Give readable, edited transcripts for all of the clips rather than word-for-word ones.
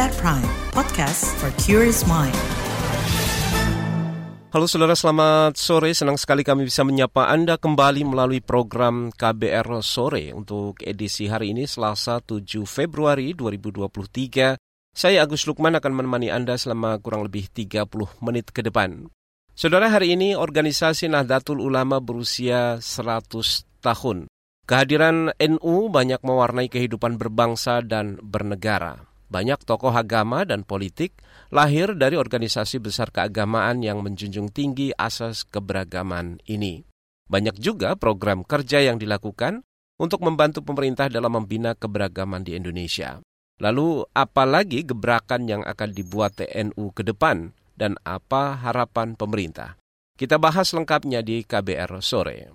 KBR Prime, podcast for curious mind. Halo saudara, selamat sore. Senang sekali kami bisa menyapa Anda kembali melalui program KBR Sore untuk edisi hari ini, Selasa 7 Februari 2023. Saya Agus Lukman akan menemani Anda selama kurang lebih 30 menit ke depan. Saudara, hari ini organisasi Nahdlatul Ulama berusia 100 tahun. Kehadiran NU banyak mewarnai kehidupan berbangsa dan bernegara. Banyak tokoh agama dan politik lahir dari organisasi besar keagamaan yang menjunjung tinggi asas keberagaman ini. Banyak juga program kerja yang dilakukan untuk membantu pemerintah dalam membina keberagaman di Indonesia. Lalu, apalagi gebrakan yang akan dibuat TNU ke depan dan apa harapan pemerintah? Kita bahas lengkapnya di KBR Sore.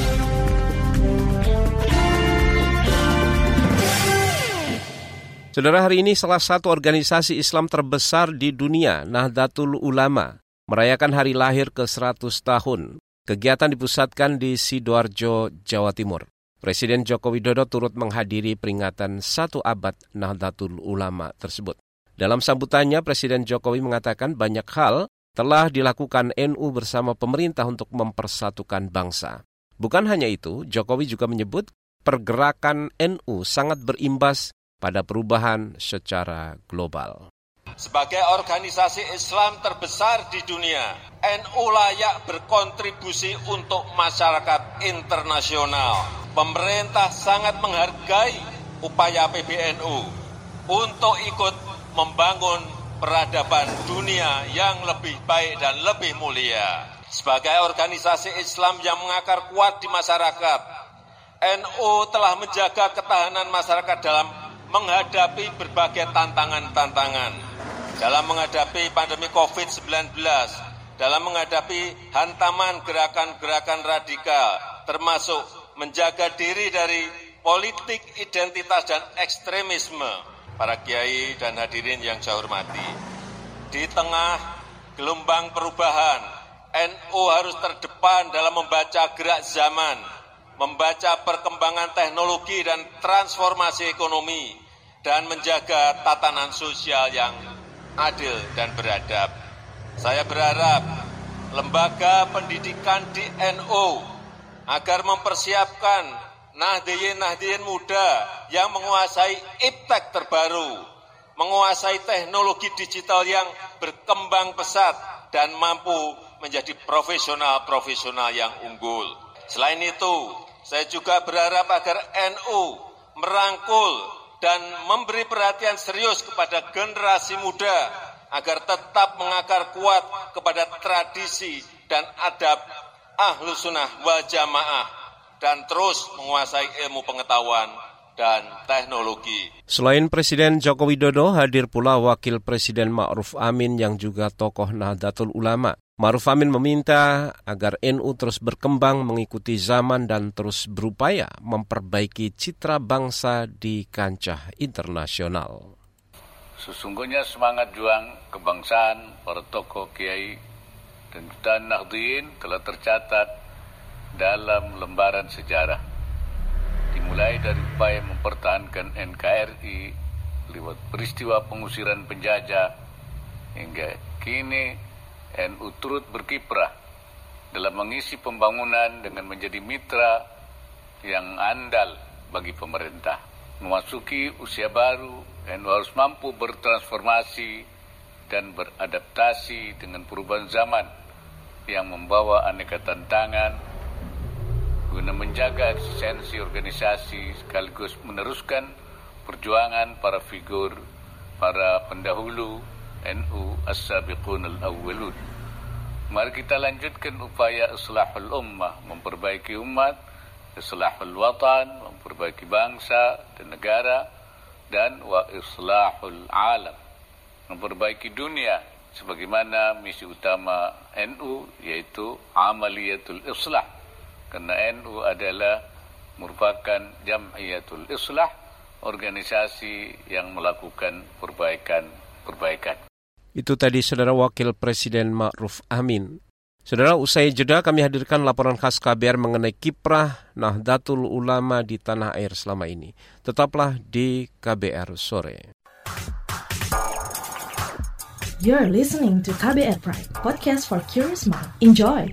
Saudara, hari ini salah satu organisasi Islam terbesar di dunia, Nahdlatul Ulama, merayakan hari lahir ke-100 tahun. Kegiatan dipusatkan di Sidoarjo, Jawa Timur. Presiden Joko Widodo turut menghadiri peringatan 1 abad Nahdlatul Ulama tersebut. Dalam sambutannya, Presiden Jokowi mengatakan banyak hal telah dilakukan NU bersama pemerintah untuk mempersatukan bangsa. Bukan hanya itu, Jokowi juga menyebut pergerakan NU sangat berimbas pada perubahan secara global. Sebagai organisasi Islam terbesar di dunia, NU layak berkontribusi untuk masyarakat internasional. Pemerintah sangat menghargai upaya PBNU untuk ikut membangun peradaban dunia yang lebih baik dan lebih mulia. Sebagai organisasi Islam yang mengakar kuat di masyarakat, NU telah menjaga ketahanan masyarakat dalam menghadapi berbagai tantangan-tantangan, dalam menghadapi pandemi COVID-19, dalam menghadapi hantaman gerakan-gerakan radikal, termasuk menjaga diri dari politik identitas dan ekstremisme. Para kiai dan hadirin yang saya hormati, di tengah gelombang perubahan, NU harus terdepan dalam membaca gerak zaman, membaca perkembangan teknologi dan transformasi ekonomi, dan menjaga tatanan sosial yang adil dan beradab. Saya berharap lembaga pendidikan di NU agar mempersiapkan Nahdliyin muda yang menguasai iptek terbaru, menguasai teknologi digital yang berkembang pesat, dan mampu menjadi profesional-profesional yang unggul. Selain itu, saya juga berharap agar NU merangkul dan memberi perhatian serius kepada generasi muda agar tetap mengakar kuat kepada tradisi dan adab Ahlus Sunnah wal Jamaah dan terus menguasai ilmu pengetahuan dan teknologi. Selain Presiden Joko Widodo, hadir pula Wakil Presiden Ma'ruf Amin yang juga tokoh Nahdlatul Ulama. Ma'ruf Amin meminta agar NU terus berkembang mengikuti zaman dan terus berupaya memperbaiki citra bangsa di kancah internasional. Sesungguhnya semangat juang kebangsaan para tokoh kiai dan jutaan Nahdliyin telah tercatat dalam lembaran sejarah. Dimulai dari upaya mempertahankan NKRI lewat peristiwa pengusiran penjajah hingga kini NU turut berkiprah dalam mengisi pembangunan dengan menjadi mitra yang andal bagi pemerintah. Memasuki usia baru, NU harus mampu bertransformasi dan beradaptasi dengan perubahan zaman yang membawa aneka tantangan guna menjaga eksistensi organisasi sekaligus meneruskan perjuangan para figur, para pendahulu NU as-sabiqun al-awwalun. Mari kita lanjutkan upaya islahul ummah, memperbaiki umat, islahul watan, memperbaiki bangsa dan negara, dan wa islahul alam, memperbaiki dunia, sebagaimana misi utama NU yaitu amaliyatul islah, karena NU adalah merupakan jam'iyatul islah, organisasi yang melakukan perbaikan. Itu tadi Saudara Wakil Presiden Ma'ruf Amin. Saudara, usai jeda kami hadirkan laporan khas KBR mengenai kiprah Nahdlatul Ulama di tanah air selama ini. Tetaplah di KBR Sore. You're listening to KBR Pride, podcast for curious mind. Enjoy!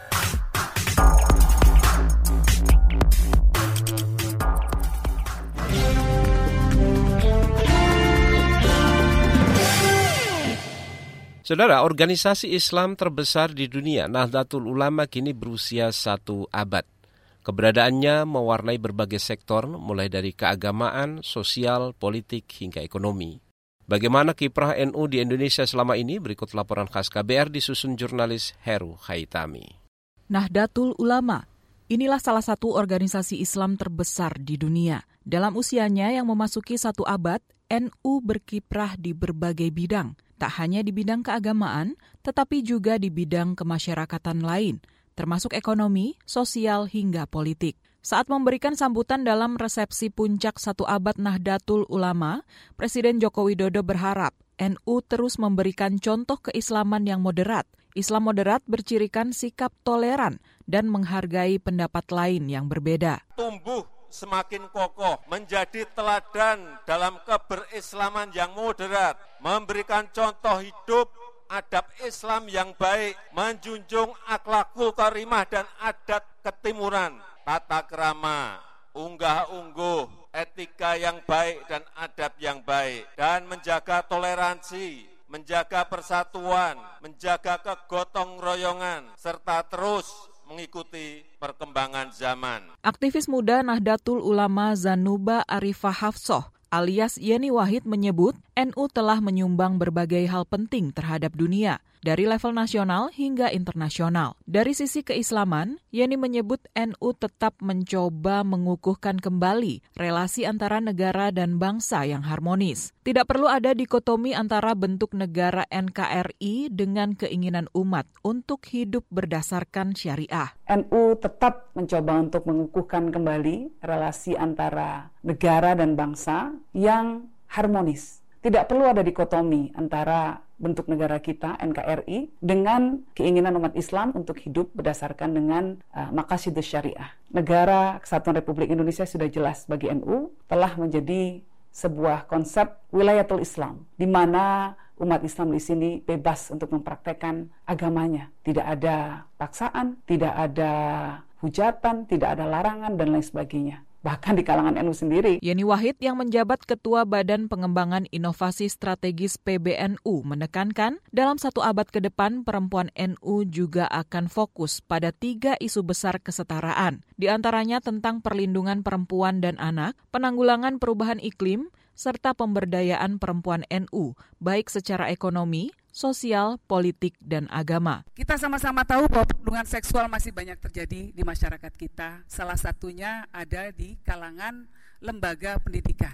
Saudara, organisasi Islam terbesar di dunia, Nahdlatul Ulama, kini berusia 1 abad. Keberadaannya mewarnai berbagai sektor, mulai dari keagamaan, sosial, politik, hingga ekonomi. Bagaimana kiprah NU di Indonesia selama ini? Berikut laporan khas KBR disusun jurnalis Heru Haitami. Nahdlatul Ulama, inilah salah satu organisasi Islam terbesar di dunia. Dalam usianya yang memasuki 1 abad, NU berkiprah di berbagai bidang. Tak hanya di bidang keagamaan, tetapi juga di bidang kemasyarakatan lain, termasuk ekonomi, sosial, hingga politik. Saat memberikan sambutan dalam resepsi puncak 1 abad Nahdlatul Ulama, Presiden Joko Widodo berharap NU terus memberikan contoh keislaman yang moderat. Islam moderat bercirikan sikap toleran dan menghargai pendapat lain yang berbeda. Tumbuh semakin kokoh, menjadi teladan dalam keberislaman yang moderat, memberikan contoh hidup adab Islam yang baik, menjunjung akhlakul karimah dan adat ketimuran, tata krama, unggah-ungguh, etika yang baik dan adab yang baik, dan menjaga toleransi, menjaga persatuan, menjaga kegotong royongan, serta terus mengikuti perkembangan zaman. Aktivis muda Nahdlatul Ulama Zanuba Arifah Hafsoh alias Yeni Wahid menyebut NU telah menyumbang berbagai hal penting terhadap dunia, dari level nasional hingga internasional. Dari sisi keislaman, Yeni menyebut NU tetap mencoba mengukuhkan kembali relasi antara negara dan bangsa yang harmonis. Tidak perlu ada dikotomi antara bentuk negara NKRI dengan keinginan umat untuk hidup berdasarkan syariah. NU tetap mencoba untuk mengukuhkan kembali relasi antara negara dan bangsa yang harmonis. Tidak perlu ada dikotomi antara bentuk negara kita, NKRI, dengan keinginan umat Islam untuk hidup berdasarkan dengan maqasidus syariah. Negara Kesatuan Republik Indonesia sudah jelas bagi NU, telah menjadi sebuah konsep wilayatul Islam, di mana umat Islam di sini bebas untuk mempraktekkan agamanya. Tidak ada paksaan, tidak ada hujatan, tidak ada larangan, dan lain sebagainya. Bahkan di kalangan NU sendiri. Yeni Wahid yang menjabat Ketua Badan Pengembangan Inovasi Strategis PBNU menekankan dalam 1 abad ke depan perempuan NU juga akan fokus pada 3 isu besar kesetaraan, di antaranya tentang perlindungan perempuan dan anak, penanggulangan perubahan iklim, serta pemberdayaan perempuan NU, baik secara ekonomi, sosial, politik, dan agama. Kita sama-sama tahu bahwa perundungan seksual masih banyak terjadi di masyarakat kita. Salah satunya ada di kalangan lembaga pendidikan.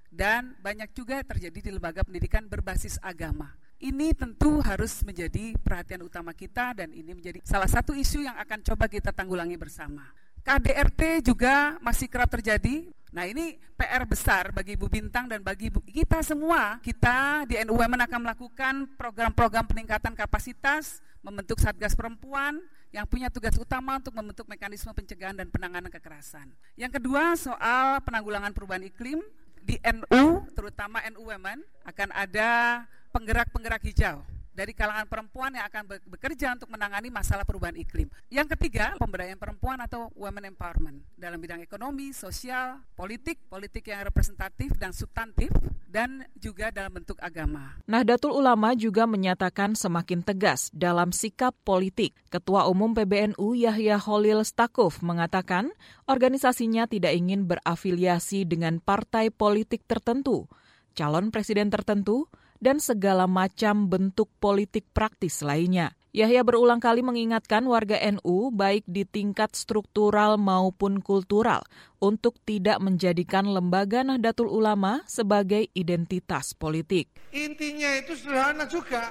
Dan banyak juga terjadi di lembaga pendidikan berbasis agama. Ini tentu harus menjadi perhatian utama kita dan ini menjadi salah satu isu yang akan coba kita tanggulangi bersama. KDRT juga masih kerap terjadi. Nah ini PR besar bagi Ibu Bintang dan bagi kita semua. Kita di NU Women akan melakukan program-program peningkatan kapasitas, membentuk Satgas Perempuan yang punya tugas utama untuk membentuk mekanisme pencegahan dan penanganan kekerasan. Yang kedua soal penanggulangan perubahan iklim. Di NU, terutama NU Women, akan ada penggerak-penggerak hijau dari kalangan perempuan yang akan bekerja untuk menangani masalah perubahan iklim. Yang ketiga, pemberdayaan perempuan atau women empowerment dalam bidang ekonomi, sosial, politik yang representatif dan substantif, dan juga dalam bentuk agama. Nahdlatul Ulama juga menyatakan semakin tegas dalam sikap politik. Ketua Umum PBNU Yahya Khalil Stakuf mengatakan organisasinya tidak ingin berafiliasi dengan partai politik tertentu, calon presiden tertentu, dan segala macam bentuk politik praktis lainnya. Yahya berulang kali mengingatkan warga NU baik di tingkat struktural maupun kultural untuk tidak menjadikan lembaga Nahdlatul Ulama sebagai identitas politik. Intinya itu sederhana juga.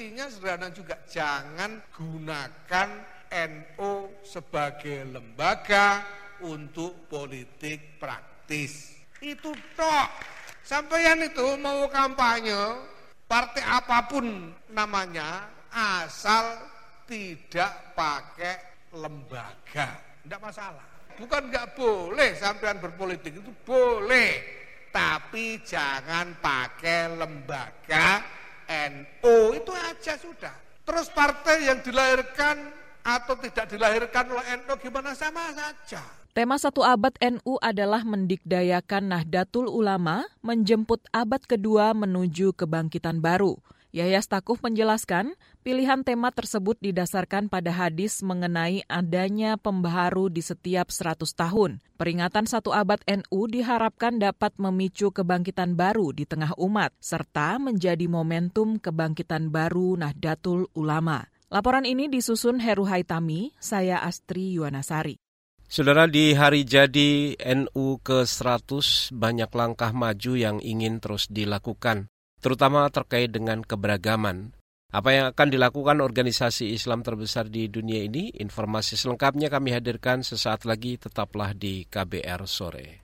Jangan gunakan NU sebagai lembaga untuk politik praktis. Itu tok. Sampeyan itu mau kampanye partai apapun namanya, asal tidak pakai lembaga, tidak masalah. Bukan nggak boleh sampean berpolitik, itu boleh, tapi jangan pakai lembaga NU, itu aja sudah. Terus partai yang dilahirkan atau tidak dilahirkan oleh NU gimana, sama saja. Tema 1 abad NU adalah mendikdayakan Nahdlatul Ulama menjemput abad kedua menuju kebangkitan baru. Yahya Stakuf menjelaskan, pilihan tema tersebut didasarkan pada hadis mengenai adanya pembaharu di setiap 100 tahun. Peringatan 1 abad NU diharapkan dapat memicu kebangkitan baru di tengah umat, serta menjadi momentum kebangkitan baru Nahdlatul Ulama. Laporan ini disusun Heru Haitami, saya Astri Yuwanasari. Saudara, di hari jadi NU ke-100 banyak langkah maju yang ingin terus dilakukan, terutama terkait dengan keberagaman. Apa yang akan dilakukan organisasi Islam terbesar di dunia ini? Informasi selengkapnya kami hadirkan sesaat lagi, tetaplah di KBR Sore.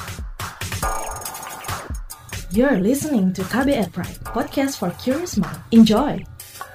You're listening to KBR Pride, podcast for curious mind. Enjoy!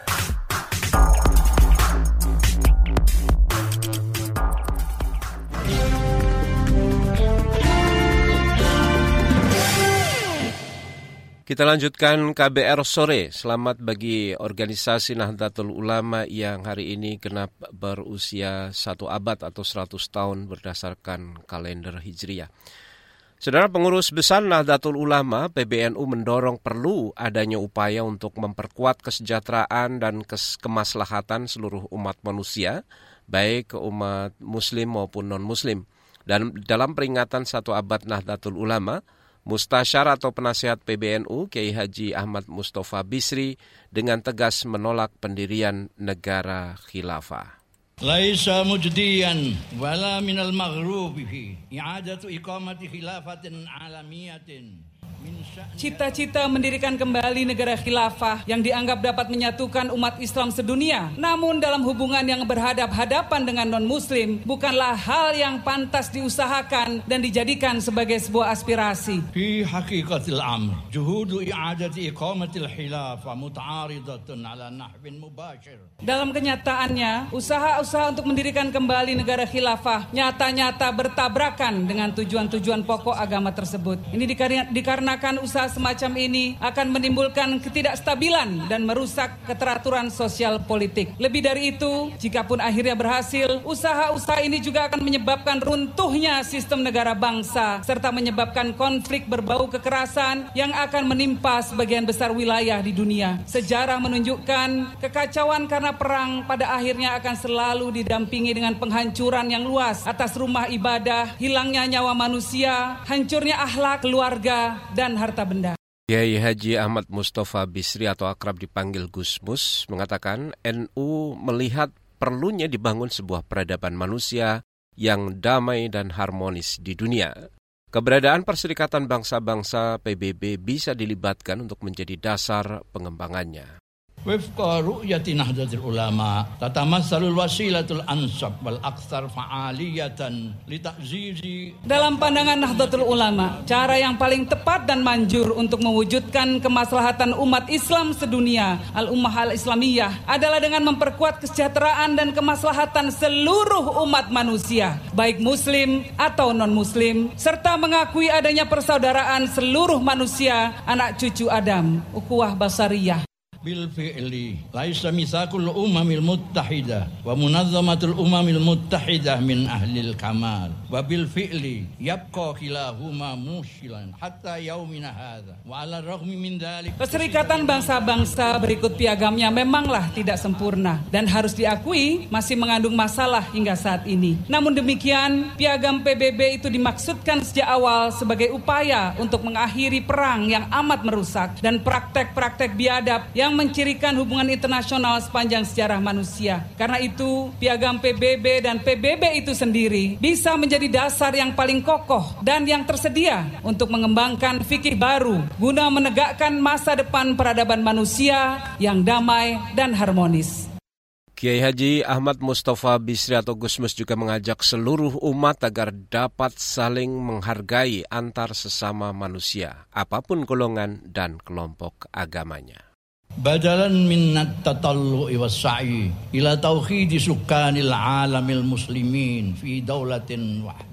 Kita lanjutkan KBR Sore. Selamat bagi organisasi Nahdlatul Ulama yang hari ini genap berusia 1 abad atau 100 tahun berdasarkan kalender Hijriah. Saudara, pengurus besar Nahdlatul Ulama PBNU mendorong perlu adanya upaya untuk memperkuat kesejahteraan dan kemaslahatan seluruh umat manusia, baik umat muslim maupun non-muslim. Dan dalam peringatan 1 abad Nahdlatul Ulama, Mustasyar atau penasihat PBNU, Kiai Haji Ahmad Mustafa Bisri, dengan tegas menolak pendirian negara khilafah. Laisa mujdiyan wala minal maghrubi fi i'adatu iqamati khilafatin alamiyatin. Cita-cita mendirikan kembali negara khilafah yang dianggap dapat menyatukan umat Islam sedunia, namun dalam hubungan yang berhadap-hadapan dengan non-muslim, bukanlah hal yang pantas diusahakan dan dijadikan sebagai sebuah aspirasi. Fi haqiqatil amr, juhudu i'adati iqamatil khilafah muta'aridatun ala nahwin mubashir. Dalam kenyataannya, usaha-usaha untuk mendirikan kembali negara khilafah nyata-nyata bertabrakan dengan tujuan-tujuan pokok agama tersebut. Ini dikarenakan usaha semacam ini akan menimbulkan ketidakstabilan dan merusak keteraturan sosial politik. Lebih dari itu, jikapun akhirnya berhasil, usaha-usaha ini juga akan menyebabkan runtuhnya sistem negara bangsa, serta menyebabkan konflik berbau kekerasan yang akan menimpa sebagian besar wilayah di dunia. Sejarah menunjukkan kekacauan karena perang pada akhirnya akan selalu didampingi dengan penghancuran yang luas atas rumah ibadah, hilangnya nyawa manusia, hancurnya akhlak, keluarga, dan harta benda. Kiai Haji Ahmad Mustafa Bisri atau akrab dipanggil Gusmus mengatakan NU melihat perlunya dibangun sebuah peradaban manusia yang damai dan harmonis di dunia. Keberadaan Perserikatan Bangsa-Bangsa PBB bisa dilibatkan untuk menjadi dasar pengembangannya. Wifqa ru'yati Nahdlatul Ulama tatamassalul wasilatul ansab wal aktsar fa'aliyatan li ta'zizi. Dalam pandangan Nahdlatul Ulama, cara yang paling tepat dan manjur untuk mewujudkan kemaslahatan umat Islam sedunia, al-ummah al-islamiyah, adalah dengan memperkuat kesejahteraan dan kemaslahatan seluruh umat manusia, baik muslim atau non-muslim, serta mengakui adanya persaudaraan seluruh manusia, anak cucu Adam, ukhuwah basariyah. Bil fi'li laisa mitsaqul umamil muttahidah wa munazzamatul umamil muttahidah min ahlil kamal wa bil fi'li yabqa khilahuma mushilan hatta yaumina hadza wa ala raghmi min dzalik. Perserikatan bangsa-bangsa berikut piagamnya memanglah tidak sempurna dan harus diakui masih mengandung masalah hingga saat ini. Namun demikian, piagam PBB itu dimaksudkan sejak awal sebagai upaya untuk mengakhiri perang yang amat merusak dan praktek-praktek biadab yang mencirikan hubungan internasional sepanjang sejarah manusia. Karena itu, piagam PBB dan PBB itu sendiri bisa menjadi dasar yang paling kokoh dan yang tersedia untuk mengembangkan fikih baru guna menegakkan masa depan peradaban manusia yang damai dan harmonis. Kiai Haji Ahmad Mustafa Bisri atau Gusmus juga mengajak seluruh umat agar dapat saling menghargai antar sesama manusia, apapun golongan dan kelompok agamanya. Badalan minnat tatallu'i was-sa'i ila tauhidi sukanil alamil muslimin fi daulatin wahdi.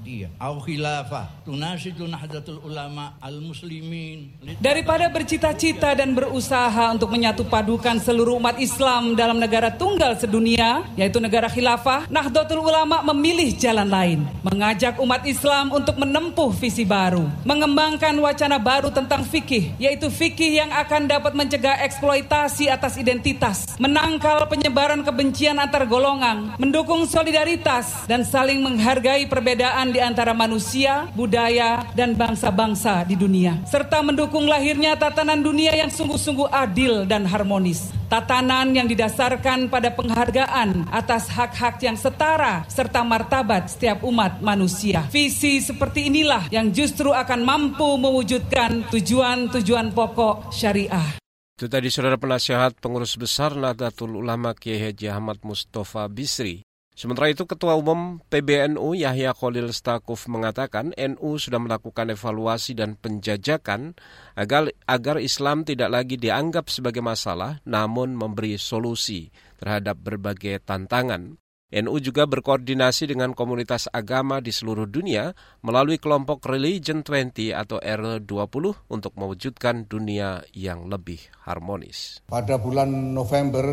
Muhammadiyah atau khilafah tunasidu Nahdlatul Ulama al-Muslimin. Daripada bercita-cita dan berusaha untuk menyatu padukan seluruh umat Islam dalam negara tunggal sedunia, yaitu negara khilafah, Nahdlatul Ulama memilih jalan lain, mengajak umat Islam untuk menempuh visi baru, mengembangkan wacana baru tentang fikih, yaitu fikih yang akan dapat mencegah eksploitasi atas identitas, menangkal penyebaran kebencian antar golongan, mendukung solidaritas dan saling menghargai perbedaan di antara manusia, budaya, dan bangsa-bangsa di dunia, serta mendukung lahirnya tatanan dunia yang sungguh-sungguh adil dan harmonis. Tatanan yang didasarkan pada penghargaan atas hak-hak yang setara serta martabat setiap umat manusia. Visi seperti inilah yang justru akan mampu mewujudkan tujuan-tujuan pokok syariah. Itu tadi Saudara Penasihat Pengurus Besar Nahdlatul Ulama Kiai Haji Ahmad Mustafa Bisri. Sementara itu, Ketua Umum PBNU Yahya Khalil Stakuf mengatakan NU sudah melakukan evaluasi dan penjajakan agar Islam tidak lagi dianggap sebagai masalah, namun memberi solusi terhadap berbagai tantangan. NU juga berkoordinasi dengan komunitas agama di seluruh dunia melalui kelompok Religion 20 atau R20 untuk mewujudkan dunia yang lebih harmonis. Pada bulan November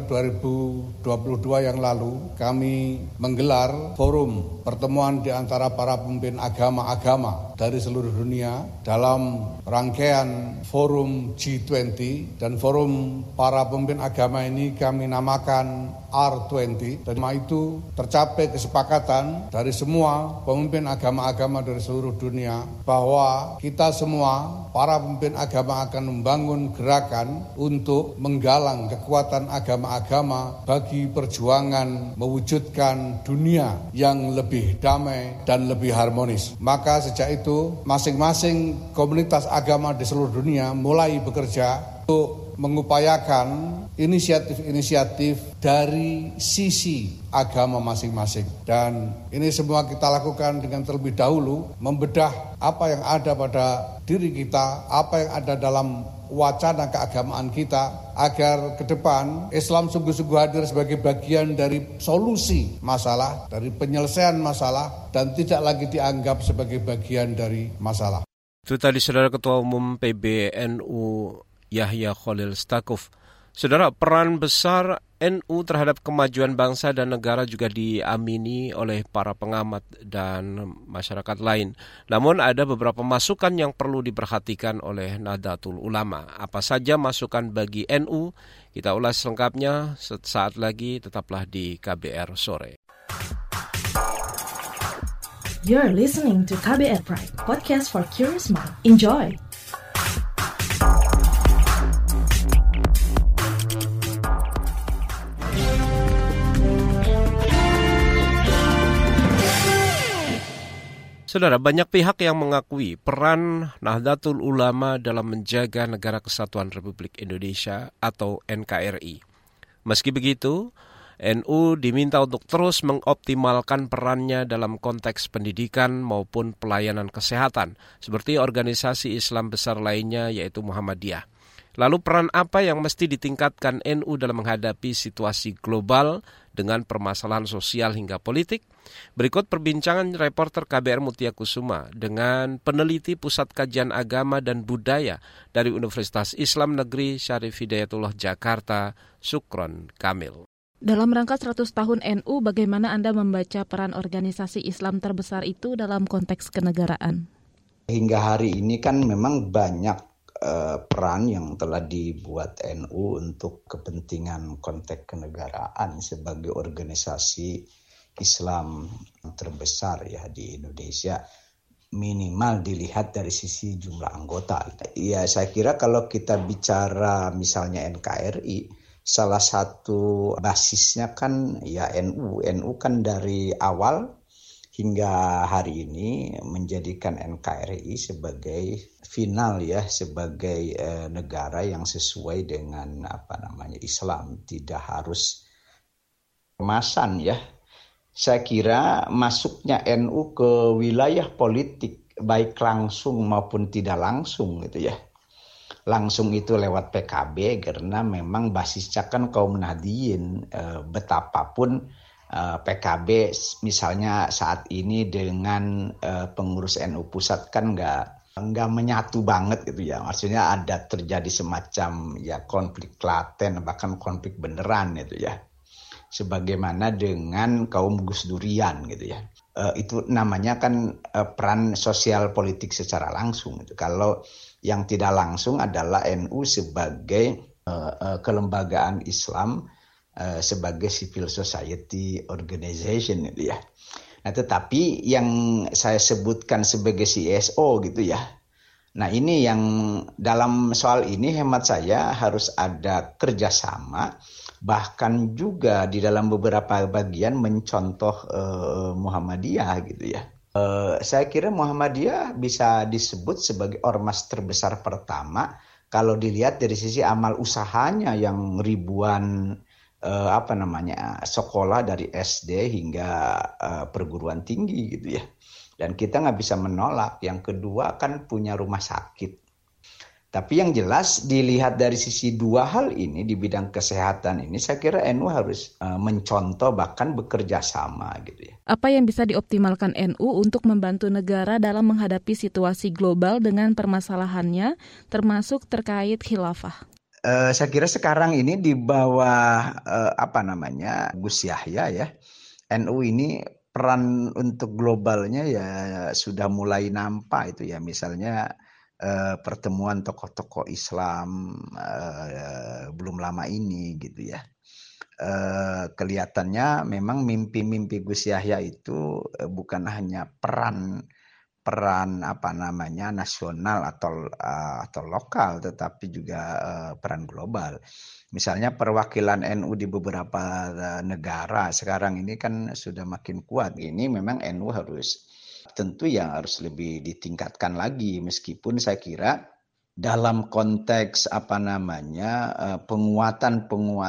2022 yang lalu, kami menggelar forum pertemuan di antara para pemimpin agama-agama dari seluruh dunia dalam rangkaian forum G20, dan forum para pemimpin agama ini kami namakan R20. Dan itu tercapai kesepakatan dari semua pemimpin agama-agama dari seluruh dunia bahwa kita semua, para pemimpin agama, akan membangun gerakan untuk menggalang kekuatan agama-agama bagi perjuangan mewujudkan dunia yang lebih damai dan lebih harmonis. Maka sejak itu masing-masing komunitas agama di seluruh dunia mulai bekerja untuk mengupayakan inisiatif-inisiatif dari sisi agama masing-masing. Dan ini semua kita lakukan dengan terlebih dahulu membedah apa yang ada pada diri kita, apa yang ada dalam wacana keagamaan kita, agar ke depan Islam sungguh-sungguh hadir sebagai bagian dari solusi masalah, dari penyelesaian masalah, dan tidak lagi dianggap sebagai bagian dari masalah. Itu tadi Saudara Ketua Umum PBNU Yahya Khalil Stakuf. Saudara, peran besar NU terhadap kemajuan bangsa dan negara juga diamini oleh para pengamat dan masyarakat lain. Namun ada beberapa masukan yang perlu diperhatikan oleh Nahdlatul Ulama. Apa saja masukan bagi NU? Kita ulas lengkapnya sesaat lagi, tetaplah di KBR Sore. You're listening to KBR Pride, podcast for curious mind. Enjoy! Saudara, banyak pihak yang mengakui peran Nahdlatul Ulama dalam menjaga Negara Kesatuan Republik Indonesia atau NKRI. Meski begitu, NU diminta untuk terus mengoptimalkan perannya dalam konteks pendidikan maupun pelayanan kesehatan, seperti organisasi Islam besar lainnya yaitu Muhammadiyah. Lalu peran apa yang mesti ditingkatkan NU dalam menghadapi situasi global dengan permasalahan sosial hingga politik? Berikut perbincangan reporter KBR Mutia Kusuma dengan peneliti Pusat Kajian Agama dan Budaya dari Universitas Islam Negeri Syarif Hidayatullah Jakarta, Sukron Kamil. Dalam rangka 100 tahun NU, bagaimana Anda membaca peran organisasi Islam terbesar itu dalam konteks kenegaraan? Hingga hari ini kan memang banyak peran yang telah dibuat NU untuk kepentingan konteks kenegaraan sebagai organisasi Islam terbesar ya di Indonesia, minimal dilihat dari sisi jumlah anggota. Ya, saya kira kalau kita bicara misalnya NKRI, salah satu basisnya kan ya NU. NU kan dari awal hingga hari ini menjadikan NKRI sebagai final ya, sebagai negara yang sesuai dengan Islam, tidak harus kemasan ya. Saya kira masuknya NU ke wilayah politik baik langsung maupun tidak langsung gitu ya. Langsung itu lewat PKB karena memang basisnya kan kaum Nahdliyin, betapapun PKB misalnya saat ini dengan pengurus NU pusat kan nggak menyatu banget gitu ya. Maksudnya ada terjadi semacam ya konflik laten, bahkan konflik beneran gitu ya. Sebagaimana dengan kaum Gus Durian gitu ya. Itu namanya kan peran sosial politik secara langsung gitu. Kalau yang tidak langsung adalah NU sebagai kelembagaan Islam, sebagai civil society organization gitu ya. Nah, tetapi yang saya sebutkan sebagai CSO gitu ya. Nah, ini yang dalam soal ini hemat saya harus ada kerjasama, bahkan juga di dalam beberapa bagian mencontoh Muhammadiyah gitu ya. Saya kira Muhammadiyah bisa disebut sebagai ormas terbesar pertama kalau dilihat dari sisi amal usahanya yang ribuan sekolah dari SD hingga perguruan tinggi gitu ya. Dan kita nggak bisa menolak. Yang kedua kan punya rumah sakit. Tapi yang jelas dilihat dari sisi dua hal ini di bidang kesehatan ini, saya kira NU harus mencontoh bahkan bekerja sama gitu ya. Apa yang bisa dioptimalkan NU untuk membantu negara dalam menghadapi situasi global dengan permasalahannya, termasuk terkait khilafah? Saya kira sekarang ini di bawah Gus Yahya ya, NU ini peran untuk globalnya ya sudah mulai nampak itu ya, misalnya pertemuan tokoh-tokoh Islam belum lama ini gitu ya. Kelihatannya memang mimpi-mimpi Gus Yahya itu bukan hanya peran nasional atau lokal, tetapi juga peran global. Misalnya perwakilan NU di beberapa negara sekarang ini kan sudah makin kuat. Ini memang NU harus lebih ditingkatkan lagi, meskipun saya kira dalam konteks penguatan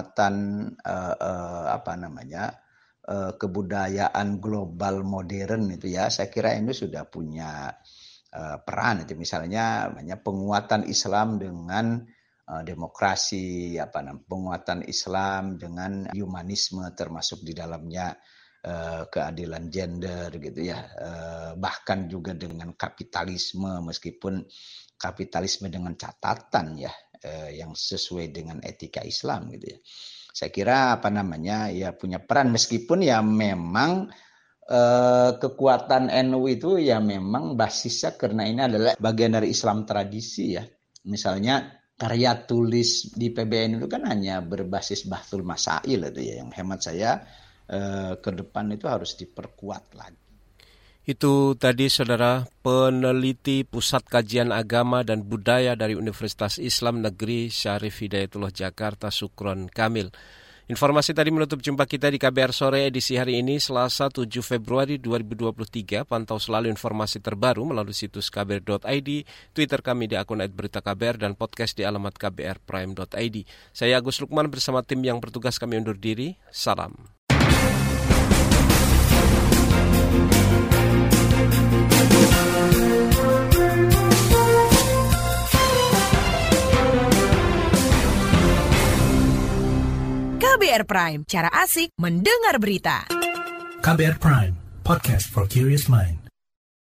kebudayaan global modern itu ya, saya kira ini sudah punya peran itu, misalnya penguatan Islam dengan demokrasi, penguatan Islam dengan humanisme, termasuk di dalamnya keadilan gender gitu ya, bahkan juga dengan kapitalisme, meskipun kapitalisme dengan catatan ya yang sesuai dengan etika Islam gitu ya. Saya kira punya peran, meskipun ya memang kekuatan NU itu ya memang basisnya karena ini adalah bagian dari Islam tradisi ya. Misalnya karya tulis di PBN itu kan hanya berbasis bahtul masail itu ya, yang hemat saya ke depan itu harus diperkuat lagi. Itu tadi saudara peneliti Pusat Kajian Agama dan Budaya dari Universitas Islam Negeri Syarif Hidayatullah Jakarta, Sukron Kamil. Informasi tadi menutup jumpa kita di KBR Sore edisi hari ini, Selasa 7 Februari 2023. Pantau selalu informasi terbaru melalui situs kbr.id, Twitter kami di akun @beritaKBR, dan podcast di alamat kbrprime.id. Saya Agus Lukman bersama tim yang bertugas kami undur diri. Salam. KBR Prime, cara asik mendengar berita. KBR Prime, podcast for curious mind.